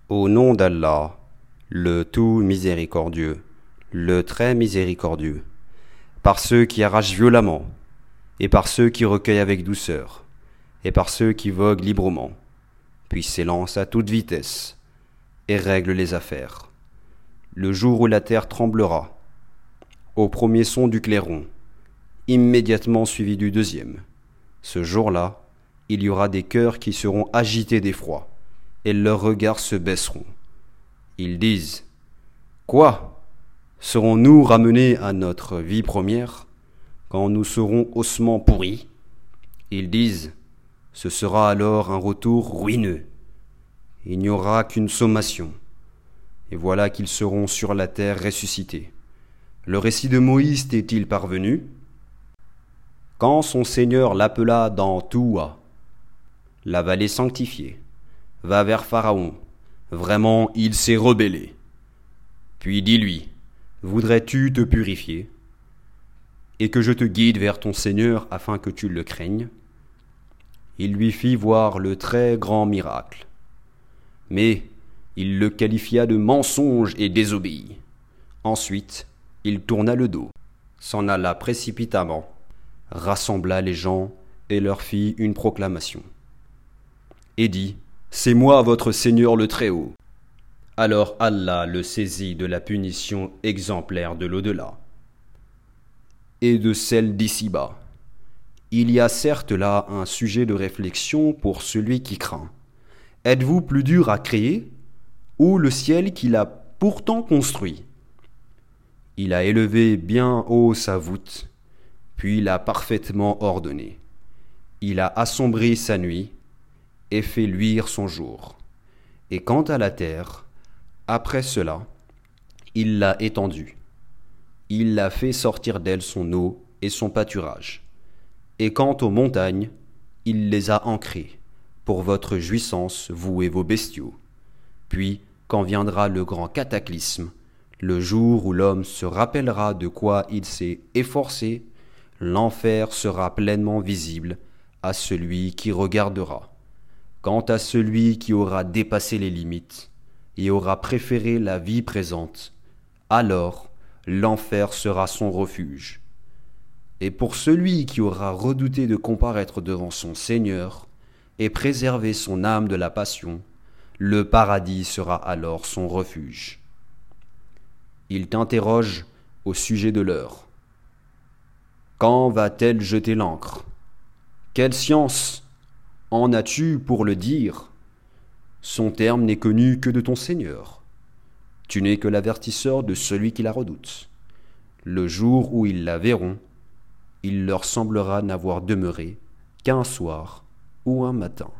Au nom d'Allah, le tout miséricordieux, le très miséricordieux, par ceux qui arrachent violemment, et par ceux qui recueillent avec douceur, et par ceux qui voguent librement, puis s'élancent à toute vitesse, et règlent les affaires. Le jour où la terre tremblera, au premier son du clairon, immédiatement suivi du deuxième, ce jour-là, il y aura des cœurs qui seront agités d'effroi, et leurs regards se baisseront. Ils disent : Quoi ? Serons-nous ramenés à notre vie première quand nous serons ossements pourris ? Ils disent : Ce sera alors un retour ruineux. Il n'y aura qu'une sommation. Et voilà qu'ils seront sur la terre ressuscités. Le récit de Moïse t'est-il parvenu ? Quand son Seigneur l'appela dans Toua, la vallée sanctifiée, va vers Pharaon. Vraiment, il s'est rebellé. Puis dis-lui : Voudrais-tu te purifier et que je te guide vers ton Seigneur afin que tu le craignes ? Il lui fit voir le très grand miracle. Mais il le qualifia de mensonge et désobéit. Ensuite, il tourna le dos, s'en alla précipitamment, rassembla les gens et leur fit une proclamation. Et dit : C'est moi votre Seigneur le Très-Haut. Alors Allah le saisit de la punition exemplaire de l'au-delà et de celle d'ici-bas. Il y a certes là un sujet de réflexion pour celui qui craint. Êtes-vous plus dur à créer ou le ciel qu'il a pourtant construit ? Il a élevé bien haut sa voûte, puis l'a parfaitement ordonnée. Il a assombri sa nuit et fait luire son jour. Et quant à la terre, après cela, il l'a étendue. Il a fait sortir d'elle son eau et son pâturage. Et quant aux montagnes, il les a ancrées, pour votre jouissance, vous et vos bestiaux. Puis, quand viendra le grand cataclysme, le jour où l'homme se rappellera de quoi il s'est efforcé, l'enfer sera pleinement visible à celui qui regardera. Quant à celui qui aura dépassé les limites et aura préféré la vie présente, alors l'enfer sera son refuge. Et pour celui qui aura redouté de comparaître devant son Seigneur et préservé son âme de la passion, le paradis sera alors son refuge. Il t'interroge au sujet de l'heure. Quand va-t-elle jeter l'ancre ? Quelle science en as-tu pour le dire ? Son terme n'est connu que de ton Seigneur. Tu n'es que l'avertisseur de celui qui la redoute. Le jour où ils la verront, il leur semblera n'avoir demeuré qu'un soir ou un matin.